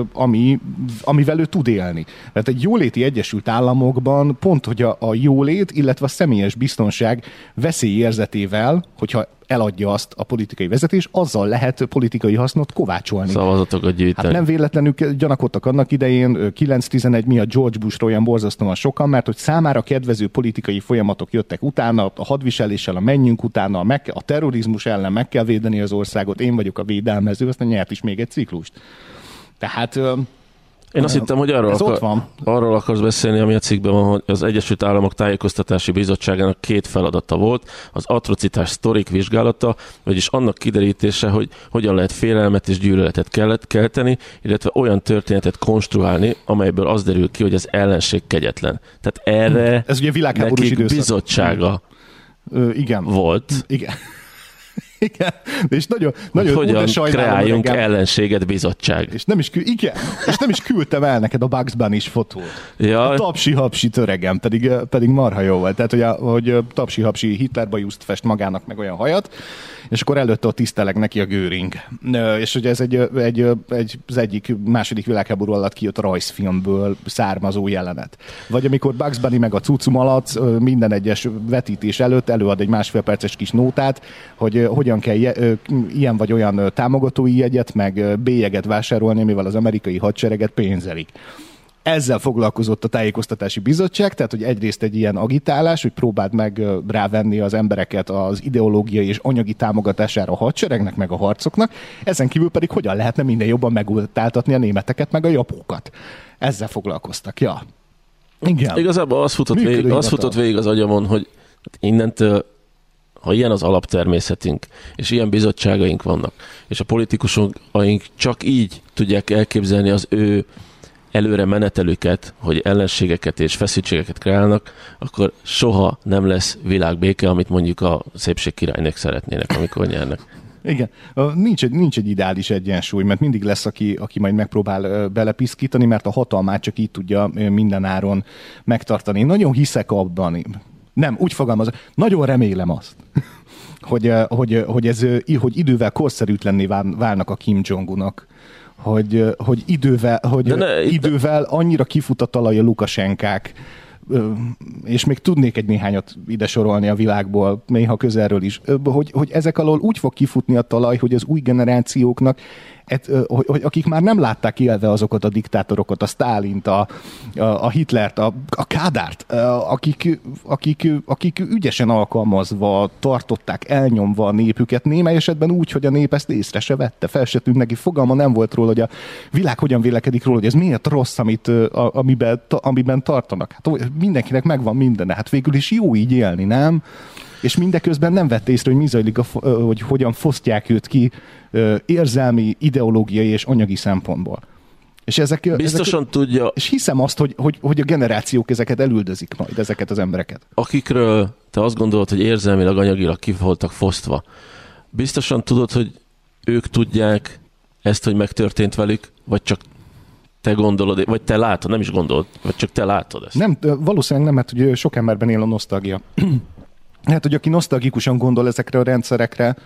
amivel ő tud élni. Mert egy jóléti Egyesült Államokban pont, hogy a jólét, illetve a személyes biztonság veszélyérzetével, hogyha eladja azt a politikai vezetés, azzal lehet politikai hasznot kovácsolni. Szavazatokat gyűjteni. Hát nem véletlenül gyanakodtak annak idején 9-11 miatt George Bushról olyan borzasztóan sokan, mert hogy számára kedvező politikai folyamatok jöttek utána, a hadviseléssel, a menjünk utána, a terrorizmus ellen meg kell védeni az országot, én vagyok a védelmező, aztán nyert is még egy ciklust. Tehát... Én azt hittem, hogy arról akarsz beszélni, ami a cikkben van, hogy az Egyesült Államok Tájékoztatási Bizottságának 2 feladata volt, az atrocitás sztorik vizsgálata, vagyis annak kiderítése, hogy hogyan lehet félelmet és gyűlöletet kelteni, illetve olyan történetet konstruálni, amelyből az derül ki, hogy az ellenség kegyetlen. Tehát erre ez ugye nekik bizottsága igen. volt. Igen. Igen, és nagyon hogyan kreáljunk ellenséget bizottság. És nem is küldtem el neked a Bugs Bunny-s fotót. Ja. A tapsi-hapsi töregem, pedig marha jó volt. Tehát, hogy tapsi-hapsi Hitlerbajuszt fest magának meg olyan hajat, és akkor előtte ott tiszteleg neki a Göring. És ugye ez az egyik második világháború alatt kijött rajzfilmből származó jelenet. Vagy amikor Bugs Bunny meg a Cucu Malac minden egyes vetítés előtt előad egy 1,5 perces kis nótát, hogy hogyan kell ilyen vagy olyan támogatói jegyet, meg bélyeget vásárolni, mivel az amerikai hadsereget pénzelik. Ezzel foglalkozott a tájékoztatási bizottság, tehát hogy egyrészt egy ilyen agitálás, hogy próbáld meg rávenni az embereket az ideológiai és anyagi támogatására a hadseregnek, meg a harcoknak, ezen kívül pedig hogyan lehetne minden jobban megutáltatni a németeket, meg a japókat. Ezzel foglalkoztak, ja. Igen. Igazából az futott végig az agyamon, hogy innentől, ha ilyen az alaptermészetünk, és ilyen bizottságaink vannak, és a politikusaink csak így tudják elképzelni az ő előre menetelüket, hogy ellenségeket és feszültségeket kreálnak, akkor soha nem lesz világbéke, amit mondjuk a szépségkirálynők szeretnének, amikor nyernek. Igen, nincs egy ideális egyensúly, mert mindig lesz, aki majd megpróbál belepiszkítani, mert a hatalmát csak így tudja mindenáron megtartani. Én nagyon hiszek abban, nem, úgy fogalmazom, nagyon remélem azt, hogy idővel korszerűtlenné válnak a Kim Jong-unak, hogy idővel annyira kifut a talaj a Lukasenkák, és még tudnék egy néhányat ide sorolni a világból, néha közelről is, hogy ezek alól úgy fog kifutni a talaj, hogy az új generációknak, hogy akik már nem látták élve azokat a diktátorokat, a Sztálint, a Hitlert, a Kádárt, akik ügyesen alkalmazva tartották elnyomva a népüket, némely esetben úgy, hogy a nép ezt észre se vette, fel se tűnt neki, fogalma nem volt róla, hogy a világ hogyan vélekedik róla, hogy ez miért rossz, amiben tartanak. Hát mindenkinek megvan mindene, hát végül is jó így élni, nem? És mindeközben nem vette észre, hogy mi zajlik, hogy hogyan fosztják őt ki érzelmi, ideológiai és anyagi szempontból. És biztosan tudja. És hiszem azt, hogy a generációk ezeket elüldözik majd, ezeket az embereket. Akikről te azt gondolod, hogy érzelmileg, anyagilag ki voltak fosztva. Biztosan tudod, hogy ők tudják ezt, hogy megtörtént velük, vagy csak te gondolod, vagy te látod, nem is gondolod, vagy csak te látod ezt. Nem, valószínűleg nem, mert ugye sok emberben él a nosztalgia. Hát, hogy aki nosztalgikusan gondol ezekre a rendszerekre,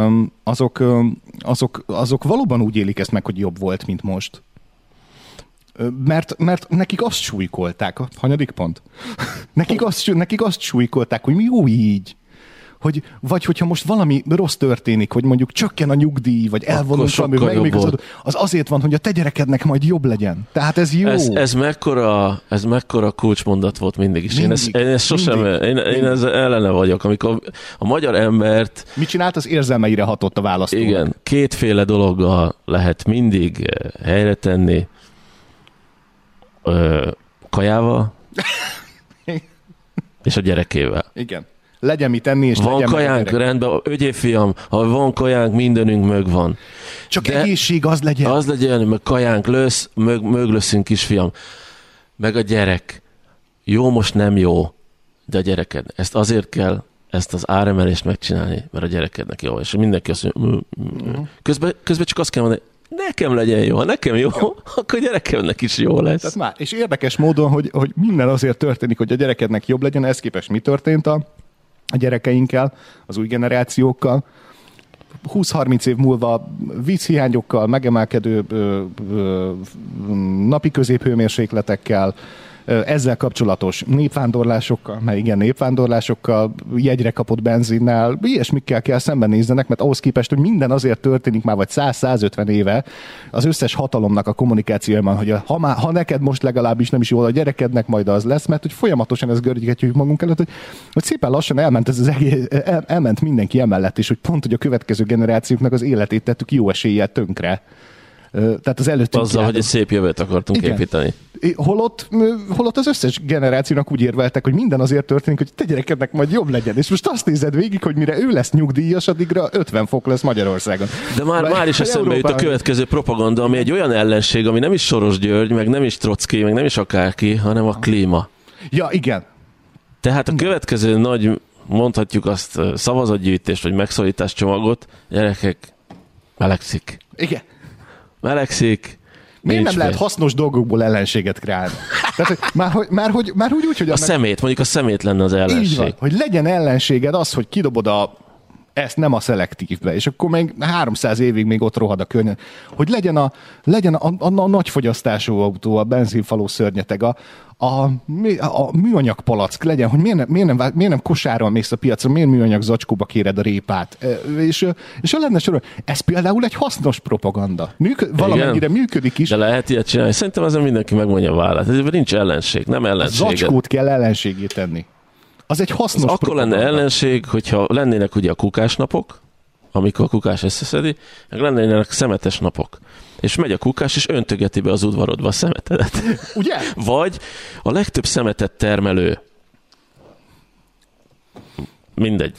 azok valóban úgy élik ezt meg, hogy jobb volt, mint most. Mert nekik azt súlykolták, a hanyadik pont? nekik azt súlykolták, hogy mi jó így. Vagy hogyha most valami rossz történik, hogy mondjuk csökken a nyugdíj, vagy elvonulsz valami, meg még az azért van, hogy a te gyerekednek majd jobb legyen. Tehát ez jó. Ez mekkora kulcsmondat volt mindig is. Én ezzel ellene vagyok, amikor a magyar embert... Mit csinált? Az érzelmeire hatott a választónak. Igen, kétféle dologgal lehet mindig helyre tenni. Kajával és a gyerekével. Igen. Legyen mit enni, és van legyen kajánk, rendben, ögyél fiam, ha van kajánk, mindenünk megvan. Csak de egészség az legyen. Az legyen, meg kajánk lesz, möglösszünk kisfiam. Meg a gyerek. Jó, most nem jó, de a gyereked. Ezt azért kell ezt az áremelést megcsinálni, mert a gyerekednek jó. És mindenki azt mondja, közben csak azt kell mondani, nekem legyen jó, ha nekem jó, akkor a gyerekemnek is jó lesz. Tehát már, és érdekes módon, hogy minden azért történik, hogy a gyerekednek jobb legyen, ez képest mi történt a gyerekeinkkel, az új generációkkal. 20-30 év múlva vízhiányokkal, megemelkedő napi középhőmérsékletekkel, ezzel kapcsolatos népvándorlásokkal, mert igen, népvándorlásokkal, jegyre kapott benzinnel, ilyesmikkel kell szembenézzenek, mert ahhoz képest, hogy minden azért történik már vagy 100-150 éve, az összes hatalomnak a kommunikációjában, hogy ha neked most legalábbis nem is jól, a gyerekednek majd az lesz, mert hogy folyamatosan ezt görgetjük magunk előtt, hogy szépen lassan elment ez az egész, elment mindenki emellett, és hogy pont, hogy a következő generációknak az életét tettük jó eséllyel tönkre. Tehát az előttünk azzal, hogy egy szép jövőt akartunk építeni. Holott az összes generációnak úgy érveltek, hogy minden azért történik, hogy te gyerekednek majd jobb legyen. És most azt nézed végig, hogy mire ő lesz nyugdíjas, addigra 50 fok lesz Magyarországon. De már is eszembe jut a következő propaganda, ami egy olyan ellenség, ami nem is Soros György, meg nem is Trocki, meg nem is akárki, hanem a klíma. Ja, igen. Tehát a következő nagy, mondhatjuk azt, szavazatgyűjtést, vagy megszólításcsomagot, gyerekek, melegszik. Igen. Melegszik. Miért nem lehet hasznos dolgokból ellenséget kreálni? Tehát, már úgy, hogy... A szemét, mondjuk a szemét lenne az ellenség. Így van, hogy legyen ellenséged az, hogy kidobod ezt nem a szelektívbe, és akkor még 300 évig még ott rohad a környezet. Hogy legyen a nagy fogyasztású autó, a benzinfaló szörnyeteg, a műanyag palack legyen, hogy miért nem kosárral mész a piacra, miért műanyag zacskóba kéred a répát. És a lenne sorol, ez például egy hasznos propaganda. Valamennyire működik is. De lehet ilyet csinálni. Szerintem ezen mindenki megmondja a vállát. Ez nincs ellenség, nem ellenség. Zacskót kell ellenségé tenni. Az egy hasznos akkor lenne ellenség, hogyha lennének ugye a kukásnapok, amikor a kukás összeszedi, meg lennének szemetes napok. És megy a kukás, és öntögeti be az udvarodba a szemetedet. Ugye? Vagy a legtöbb szemetet termelő, mindegy,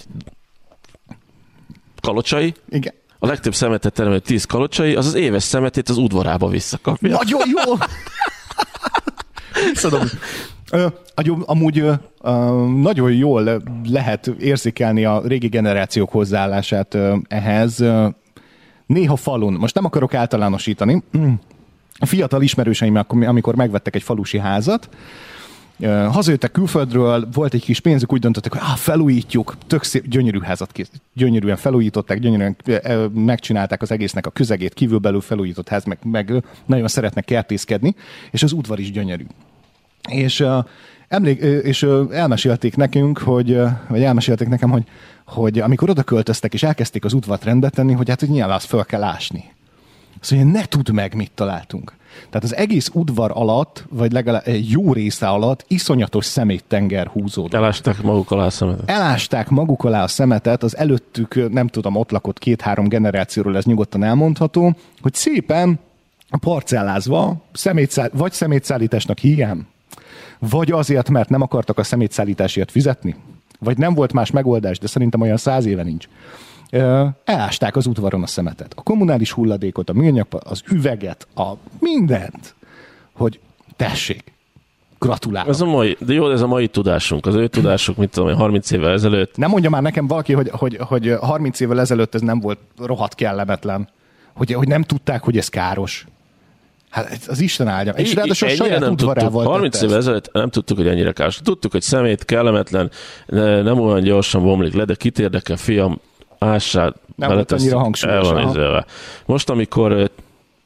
kalocsai, igen. A legtöbb szemetet termelő 10 kalocsai, az éves szemetét az udvarába visszakapja. Nagyon jó! Szóval, amúgy nagyon jól lehet érzékelni a régi generációk hozzáállását ehhez. Néha falun, most nem akarok általánosítani, a fiatal ismerőseim, amikor megvettek egy falusi házat, hazajöttek külföldről, volt egy kis pénzük, úgy döntöttek, hogy felújítjuk, tök szép, gyönyörű házat gyönyörűen felújították, gyönyörűen megcsinálták az egésznek a közegét, kívülbelül felújított ház, meg nagyon szeretnek kertészkedni, és az udvar is gyönyörű. És elmesélték nekünk, vagy elmesélték nekem, hogy amikor oda költöztek, és elkezdték az udvart rendbe tenni, hogy hogy nyilván azt föl kell ásni. Azt mondja, ne tudd meg, mit találtunk. Tehát az egész udvar alatt, vagy legalább egy jó része alatt iszonyatos szeméttenger húzódott. Elásták maguk alá a szemetet. Elásták maguk alá a szemetet, az előttük, nem tudom, ott lakott 2-3 generációról, ez nyugodtan elmondható, hogy szépen parcellázva, vagy szemétszállításnak hiány, vagy azért, mert nem akartak a szemétszállításért fizetni, vagy nem volt más megoldás, de szerintem olyan 100 éve nincs. Elásták az udvaron a szemetet, a kommunális hulladékot, a műanyag, az üveget, a mindent, hogy tessék, gratulálok. Ez a mai tudásunk, az ő tudásuk, mit tudom, 30 évvel ezelőtt. Nem mondja már nekem valaki, hogy 30 évvel ezelőtt ez nem volt rohadt kellemetlen, hogy nem tudták, hogy ez káros. Hát az Isten áldja. És ráadásul a saját udvarával 30 évvel ezelőtt nem tudtuk, hogy ennyire káros. Tudtuk, hogy szemét kellemetlen, nem olyan gyorsan bomlik le, de kit érdekel, fiam, ássál. Nem volt annyira hangsúlyos. Most, amikor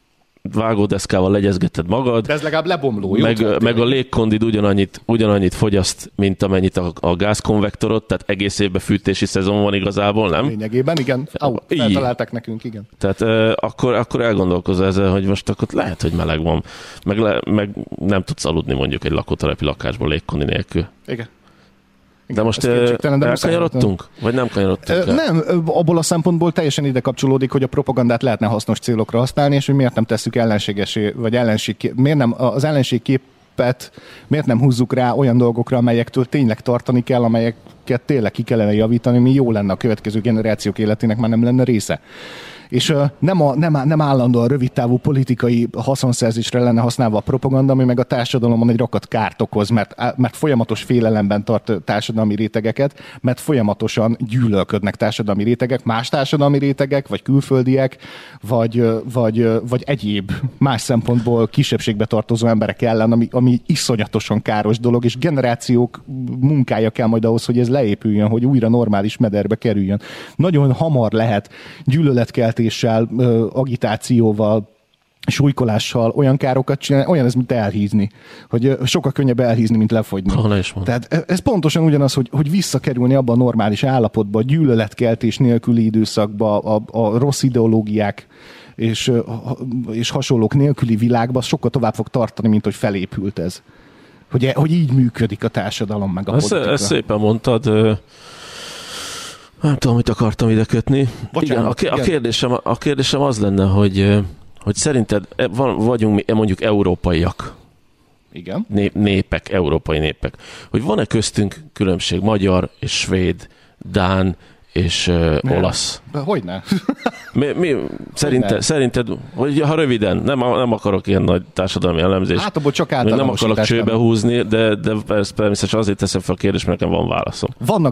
vágódeszkával legyezgeted magad. De ez legalább lebomló, jó? Meg a légkondid ugyanannyit fogyaszt, mint amennyit a gázkonvektorot, tehát egész évben fűtési szezon van igazából, nem? Lényegében, igen. Feltalálták nekünk, igen. Tehát akkor elgondolkozz ezzel, hogy most akkor lehet, hogy meleg van. Meg nem tudsz aludni mondjuk egy lakótelepi lakásból légkondi nélkül. Igen. De most elkanyarodtunk? Vagy nem kanyarodtunk? Nem, abból a szempontból teljesen ide kapcsolódik, hogy a propagandát lehetne hasznos célokra használni, és hogy miért nem tesszük ellenségesé, vagy miért nem az ellenségképet, miért nem húzzuk rá olyan dolgokra, amelyektől tényleg tartani kell, amelyeket tényleg ki kellene javítani, mi jó lenne a következő generációk életének, már nem lenne része. És nem állandóan rövidtávú politikai haszonszerzésre lenne használva a propaganda, ami meg a társadalomon egy rakat kárt okoz, mert folyamatos félelemben tart társadalmi rétegeket, mert folyamatosan gyűlölködnek társadalmi rétegek, más társadalmi rétegek, vagy külföldiek, vagy egyéb más szempontból kisebbségbe tartozó emberek ellen, ami iszonyatosan káros dolog, és generációk munkája kell majd ahhoz, hogy ez leépüljön, hogy újra normális mederbe kerüljön. Nagyon hamar lehet gyűlöletkeltéssel, agitációval, súlykolással olyan károkat csinálni, olyan ez, mint elhízni. Hogy sokkal könnyebb elhízni, mint lefogyni. Tehát ez pontosan ugyanaz, hogy visszakerülni abba a normális állapotba, a gyűlöletkeltés nélküli időszakba, a rossz ideológiák és hasonlók nélküli világba, sokkal tovább fog tartani, mint hogy felépült ez. Hogy így működik a társadalom, meg a politika. Ezt szépen mondtad. Nem tudom, mit akartam ide kötni. Bocsánat, igen, a kérdésem az lenne, hogy szerinted vagyunk mondjuk európaiak. Igen. Európai népek. Hogy van-e köztünk különbség magyar és svéd, dán és olasz? Hogyne? Szerinted, hogy ha röviden, nem akarok ilyen nagy társadalmi elemzést. Hát abból csak nem akarok csőbe húzni, de persze azért teszem fel a kérdést, mert nekem van válaszom.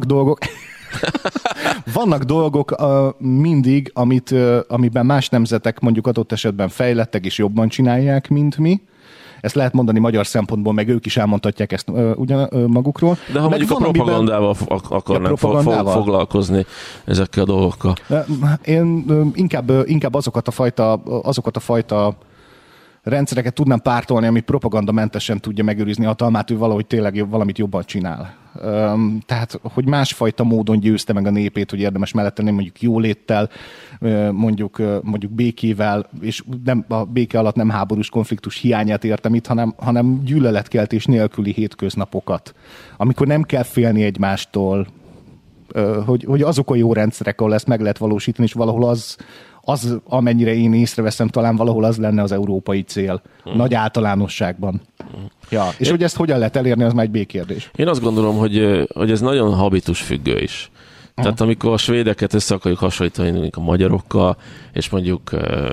Vannak dolgok mindig, amiben más nemzetek mondjuk adott esetben fejlettek és jobban csinálják, mint mi. Ezt lehet mondani magyar szempontból, meg ők is elmondhatják ezt magukról. De ha mondjuk a propagandával akarnánk foglalkozni ezekkel a dolgokkal. Én inkább azokat a fajta rendszereket tudnám pártolni, ami propagandamentesen tudja megőrizni a hatalmát, ő valahogy tényleg valamit jobban csinál. Tehát, hogy másfajta módon győzte meg a népét, hogy érdemes mellettenni, mondjuk jóléttel, mondjuk békével, és nem, a béke alatt nem háborús konfliktus hiányát értem itt, hanem gyűlöletkeltés nélküli hétköznapokat, amikor nem kell félni egymástól, hogy azok a jó rendszerek, ahol ezt meg lehet valósítani, és valahol az, amennyire én észreveszem, talán valahol az lenne az európai cél. Nagy általánosságban. Ja, és hogy ezt hogyan lehet elérni, az már egy B-kérdés. Én azt gondolom, hogy ez nagyon habitusfüggő is. Tehát amikor a svédeket össze akarjuk hasonlítani a magyarokkal, és mondjuk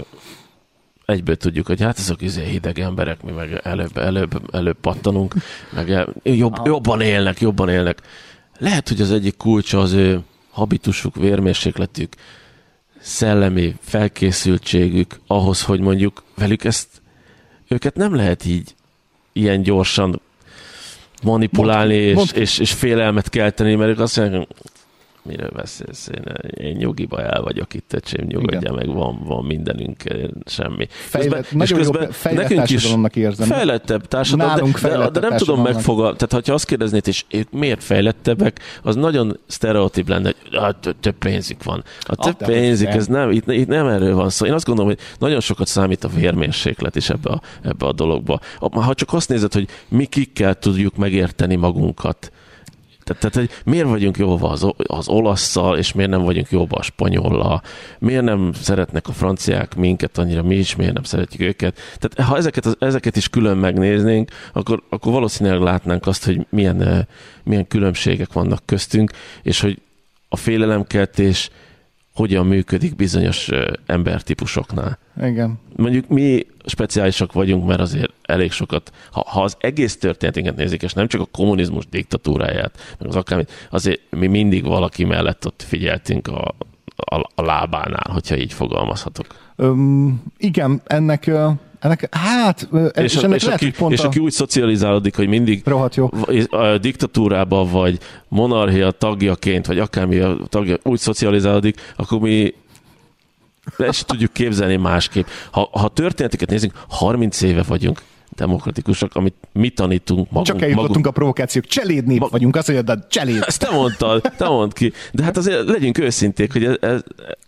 egyből tudjuk, hogy hát azok hideg emberek, mi meg előbb pattanunk, meg jobban élnek. Lehet, hogy az egyik kulcsa az ő habitusuk, vérmérsékletük, szellemi felkészültségük ahhoz, hogy mondjuk velük őket nem lehet így ilyen gyorsan manipulálni és félelmet kelteni, mert ők azt mondják, miről beszélsz? Én nyugiba el vagyok itt, öcsém, nyugodjál meg, van mindenünk, semmi. Fejlett társadalomnak érzem. Fejlettebb társadalom, de nem tudom megfogalmazni. Tehát, ha azt kérdeznéd, és ők miért fejlettebbek, az nagyon sztereotíp lenne, hogy több pénzük van. A több pénzük, ez nem, itt nem erről van szó. Én azt gondolom, hogy nagyon sokat számít a vérmérséklet is ebbe a dologba. Ha csak azt nézed, hogy mi kikkel tudjuk megérteni magunkat, tehát, hogy miért vagyunk jóba az olasszal, és miért nem vagyunk jóba a spanyollal, miért nem szeretnek a franciák minket annyira, mi is miért nem szeretjük őket. Tehát ha ezeket is külön megnéznénk, akkor valószínűleg látnánk azt, hogy milyen különbségek vannak köztünk, és hogy a félelemkeltés hogyan működik bizonyos embertípusoknál. Igen. Mondjuk mi speciálisak vagyunk, mert azért elég sokat, ha az egész történetünket nézik, és nem csak a kommunizmus diktatúráját, meg az akármit, azért mi mindig valaki mellett ott figyeltünk a lábánál, hogyha így fogalmazhatok. Igen, ennek hát... És aki úgy szocializálódik, hogy mindig a diktatúrában, vagy monarchia tagjaként, vagy akármi a tagja úgy szocializálódik, akkor mi Ezt tudjuk képzelni másképp. Ha történeteket nézzük, 30 éve vagyunk demokratikusak, amit mi tanítunk magunk. Csak eljutottunk a provokációk. Cseléd nép vagyunk, azt mondja, de cseléd. Ezt te mondd ki. De hát azért legyünk őszinték, hogy ez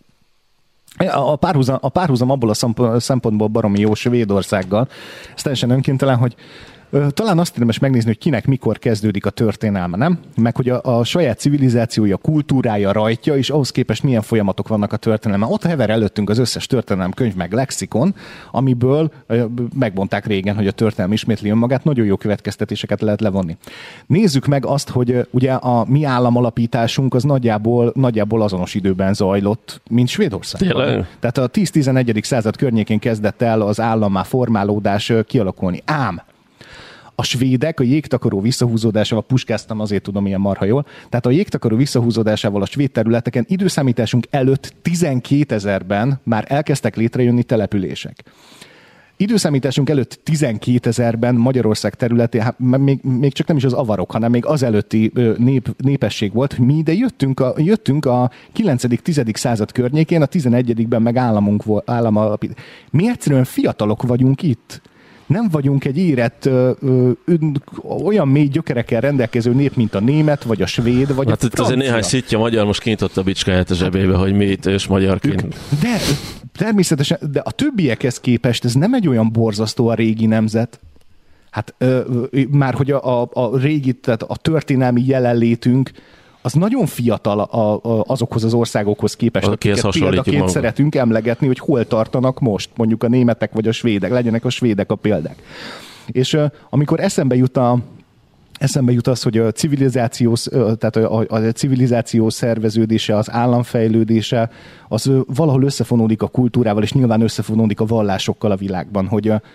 a párhuzam abból a szempontból baromi jó Svédországgal. Ez teljesen önkéntelen, hogy talán azt érdemes megnézni, hogy kinek mikor kezdődik a történelme, nem? Meg hogy a saját civilizációja, kultúrája, rajtja, és ahhoz képest milyen folyamatok vannak a történelemben. Ott hever előttünk az összes történelemkönyv, meg lexikon, amiből megmondták régen, hogy a történelem ismétli önmagát, nagyon jó következtetéseket lehet levonni. Nézzük meg azt, hogy ugye a mi államalapításunk az nagyjából azonos időben zajlott, mint Svédországban. Tehát a 10-11. század környékén kezdett el az állammá formálódás kialakulni. Ám a svédek a jégtakaró visszahúzódásával, puskáztam, azért tudom ilyen marha jól, tehát a jégtakaró visszahúzódásával a svéd területeken időszámításunk előtt 12 000-ben már elkezdtek létrejönni települések. Időszámításunk előtt 12 000-ben Magyarország területén, hát még csak nem is az avarok, hanem még az előtti népesség volt, mi ide jöttünk a 9.-10. század környékén, a 11-ben meg államalapít. Mi egyszerűen fiatalok vagyunk itt. Nem vagyunk egy érett, olyan mély gyökerekkel rendelkező nép, mint a német, vagy a svéd, vagy hát a francia. Azért néhány szitja magyar most kinyitotta a bicskáját a zsebébe, hogy mi itt ős magyarként. De természetesen, de a többiekhez képest ez nem egy olyan borzasztó a régi nemzet. Hát már hogy a régi, tehát a történelmi jelenlétünk, az nagyon fiatal azokhoz az országokhoz képest, akiket példaként szeretünk emlegetni, hogy hol tartanak most, mondjuk a németek vagy a svédek, legyenek a svédek a példák. És amikor eszembe jut az, hogy a civilizáció szerveződése, az államfejlődése, az valahol összefonódik a kultúrával, és nyilván összefonódik a vallásokkal a világban,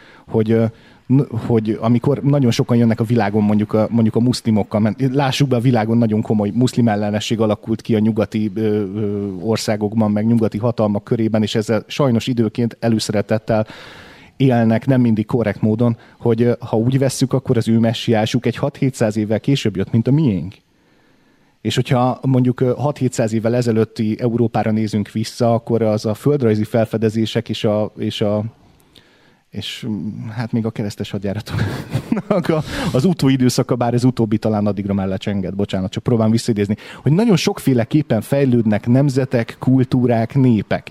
hogy amikor nagyon sokan jönnek a világon, mondjuk a muszlimokkal, mert lássuk be, a világon nagyon komoly muszlim ellenesség alakult ki a nyugati országokban, meg nyugati hatalmak körében, és ezzel sajnos időként előszeretettel élnek, nem mindig korrekt módon, hogy ha úgy vesszük, akkor az ő messiásuk egy 6-700 évvel később jött, mint a miénk. És hogyha mondjuk 6-700 évvel ezelőtti Európára nézünk vissza, akkor az a földrajzi felfedezések és hát még a keresztes hadjáratok az utóidőszaka, bár ez utóbbi talán addigra már lecsengett, bocsánat, csak próbálom visszaidézni, hogy nagyon sokféleképpen fejlődnek nemzetek, kultúrák, népek,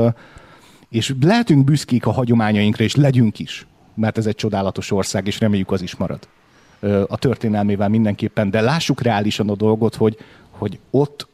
és lehetünk büszkék a hagyományainkra, és legyünk is, mert ez egy csodálatos ország, és reméljük az is marad a történelmével mindenképpen, de lássuk reálisan a dolgot, hogy ott,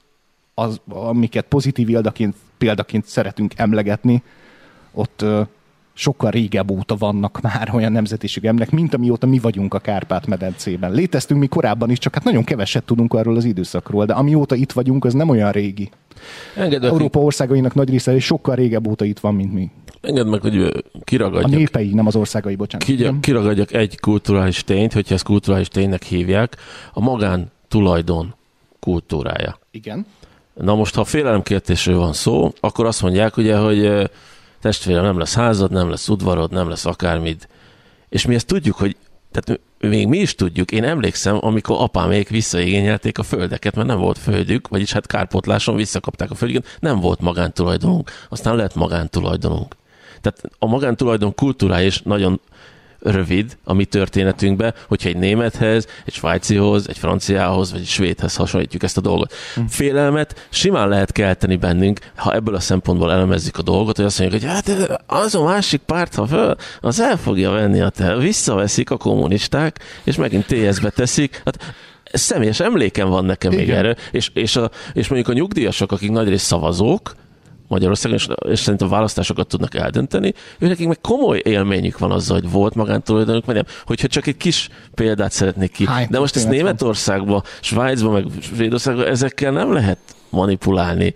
amiket pozitív példaként szeretünk emlegetni, ott sokkal régebb óta vannak már olyan nemzetiségek, mint amióta mi vagyunk a Kárpát-medencében. Léteztünk mi korábban is, csak hát nagyon keveset tudunk arról az időszakról, de amióta itt vagyunk, az nem olyan régi. Európa országainak nagy része sokkal régebb óta itt van, mint mi. Engedd meg, hogy kiragadjak. A népei, nem az országai, bocsánat. Kiragadjak egy kulturális tényt, hogyha ezt kulturális ténynek hívják, a magántulajdon kultúrája. Igen. Na most, ha félelemkeltésről van szó, akkor azt mondják ugye, hogy testvérem, nem lesz házad, nem lesz udvarod, nem lesz akármid. És mi ezt tudjuk, hogy tehát még mi is tudjuk. Én emlékszem, amikor apámék visszaigényelték a földeket, mert nem volt földük, vagyis hát kárpótláson visszakapták a földjüket, nem volt magántulajdonunk, aztán lett magántulajdonunk. Tehát a magántulajdon kultúrája is nagyon rövid a mi történetünkbe, hogyha egy némethez, egy svájcihoz, egy franciához, vagy egy svédhez hasonlítjuk ezt a dolgot. Félelmet simán lehet kelteni bennünk, ha ebből a szempontból elemezzük a dolgot, hogy azt mondjuk, hogy hát az a másik párt, ha föl, az el fogja venni visszaveszik a kommunisták, és megint TS-be teszik. Hát személyes emlékem van nekem még erről, és mondjuk a nyugdíjasok, akik nagyrészt szavazók, Magyarországon, és szerintem választásokat tudnak eldönteni, nekik meg komoly élményük van azzal, hogy volt magántulajdonuk, vagy nem. Hogyha csak egy kis példát szeretnék ki. De most ezt Németországban, Svájcban, meg Svédországban ezekkel nem lehet manipulálni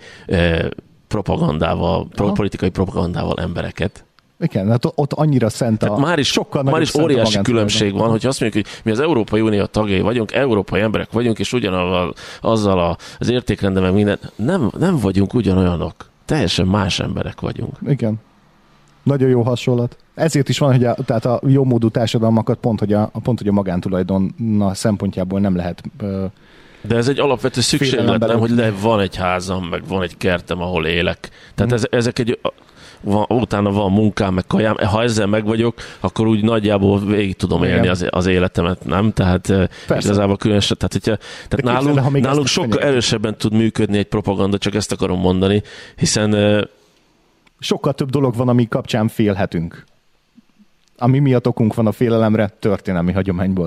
propagandával, politikai propagandával embereket. Igen, hát ott annyira szent a... Már is óriási különbség van, hogy azt mondjuk, hogy mi az Európai Unió tagjai vagyunk, európai emberek vagyunk, és azzal az értékrendben meg minden, nem vagyunk ugyanolyanok. Teljesen más emberek vagyunk. Igen. Nagyon jó hasonlat. Ezért is van, hogy tehát a jómódú társadalmakat pont, hogy a magántulajdon szempontjából nem lehet De ez egy alapvető szükséglet, nem, hogy van egy házam, meg van egy kertem, ahol élek. Tehát ezek utána van munkám, meg kajám. Ha ezzel meg vagyok, akkor úgy nagyjából végig tudom élni az életemet, nem? Tehát igazából különösen. Tehát nálunk sokkal erősebben tud működni egy propaganda, csak ezt akarom mondani, hiszen sokkal több dolog van, ami kapcsán félhetünk. Ami miatt okunk van a félelemre, történelmi hagyományból.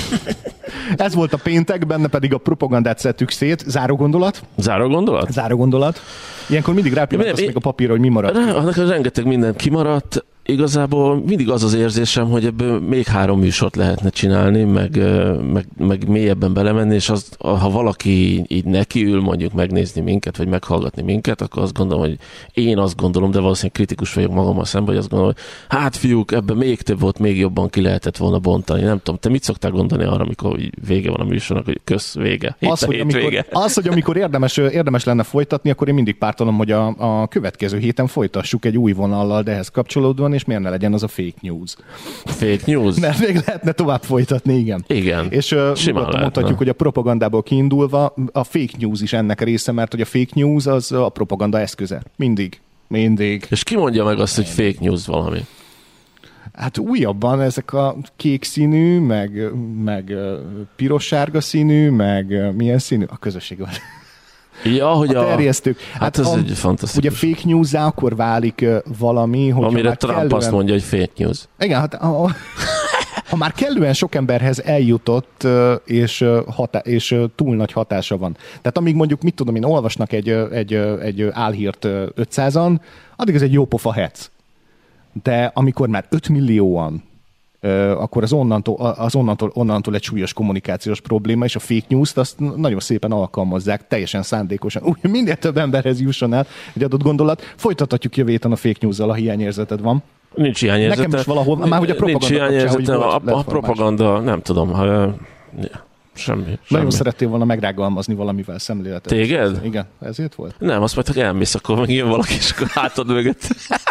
Ez volt a péntek, benne pedig a propagandát szedtük szét. Záró gondolat? Záró gondolat. Ilyenkor mindig rápillantasz még a papírra, hogy mi maradt. Annak rengeteg minden kimaradt. Igazából mindig az érzésem, hogy ebből még 3 műsort lehetne csinálni, meg mélyebben belemenni, és ha valaki így nekiül mondjuk megnézni minket, vagy meghallgatni minket, akkor azt gondolom, de valószínűleg kritikus vagyok magammal szemben, hogy azt gondolom, hogy hát fiúk, ebben még több volt, még jobban ki lehetett volna bontani. Nem tudom, te mit szoktál gondolni arra, amikor vége van a műsornak, hogy vége? Hogy amikor érdemes lenne folytatni, akkor én mindig pártolom, hogy a következő héten folytassuk egy új vonallal, de ehhez kapcsolódóan, és miért ne legyen az a fake news. Fake news? Mert még lehetne tovább folytatni, igen. Igen, és mondhatjuk, hogy a propagandából kiindulva a fake news is ennek része, mert hogy a fake news az a propaganda eszköze. Mindig. És ki mondja meg azt, hogy fake news valami? Hát újabban ezek a kék színű, meg piros-sárga színű, meg milyen színű? A közösségben. Ja, hogy a terjesztők. Hát ez egy fantasztikus. Ugye fake news-á akkor válik valami, hogy amire Trump azt mondja, hogy fake news. Igen, hát ha már kellően sok emberhez eljutott, és túl nagy hatása van. Tehát amíg mondjuk, mit tudom én, olvasnak egy álhírt 500-an, addig ez egy jó pofa hec. De amikor már 5 millióan, akkor az onnantól egy súlyos kommunikációs probléma, és a fake news-t azt nagyon szépen alkalmazzák, teljesen szándékosan. Úgy, minél több emberhez jusson el egy adott gondolat. Folytathatjuk jövő héten a fake news-zal, a hiányérzeted van. Nincs hiányérzete. Nekem is valahol, már hogy a propaganda nincs hiányérzete, a propaganda, nem tudom, semmi. Nagyon szerettél volna megrágalmazni valamivel szemléletet. Téged? Igen, ezért volt? Nem, azt majd, ha elmész, akkor meg jön valaki, és akkor hátad mögött.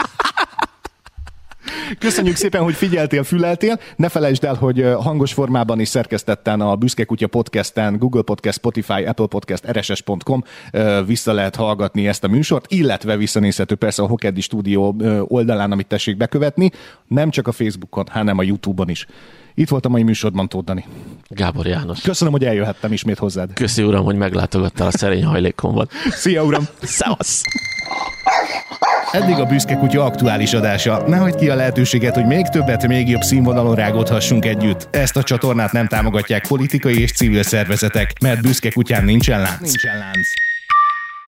Köszönjük szépen, hogy figyeltél, füleltél. Ne felejtsd el, hogy hangos formában is szerkesztetten a Büszke Kutya podcasten, Google Podcast, Spotify, Apple Podcast, rss.com vissza lehet hallgatni ezt a műsort, illetve visszanézhető persze a Hokeddi Stúdió oldalán, amit tessék bekövetni, nem csak a Facebookon, hanem a YouTube-on is. Itt volt a mai műsorban Tóth Dani. Gábor János. Köszönöm, hogy eljöhettem ismét hozzád. Köszi, uram, hogy meglátogattál a szerény hajlékomban. Szia, uram! Szevasz! Eddig a Büszke Kutya aktuális adása. Ne hagyd ki a lehetőséget, hogy még többet, még jobb színvonalon rágódhassunk együtt. Ezt a csatornát nem támogatják politikai és civil szervezetek, mert Büszke Kutyán nincsen lánc.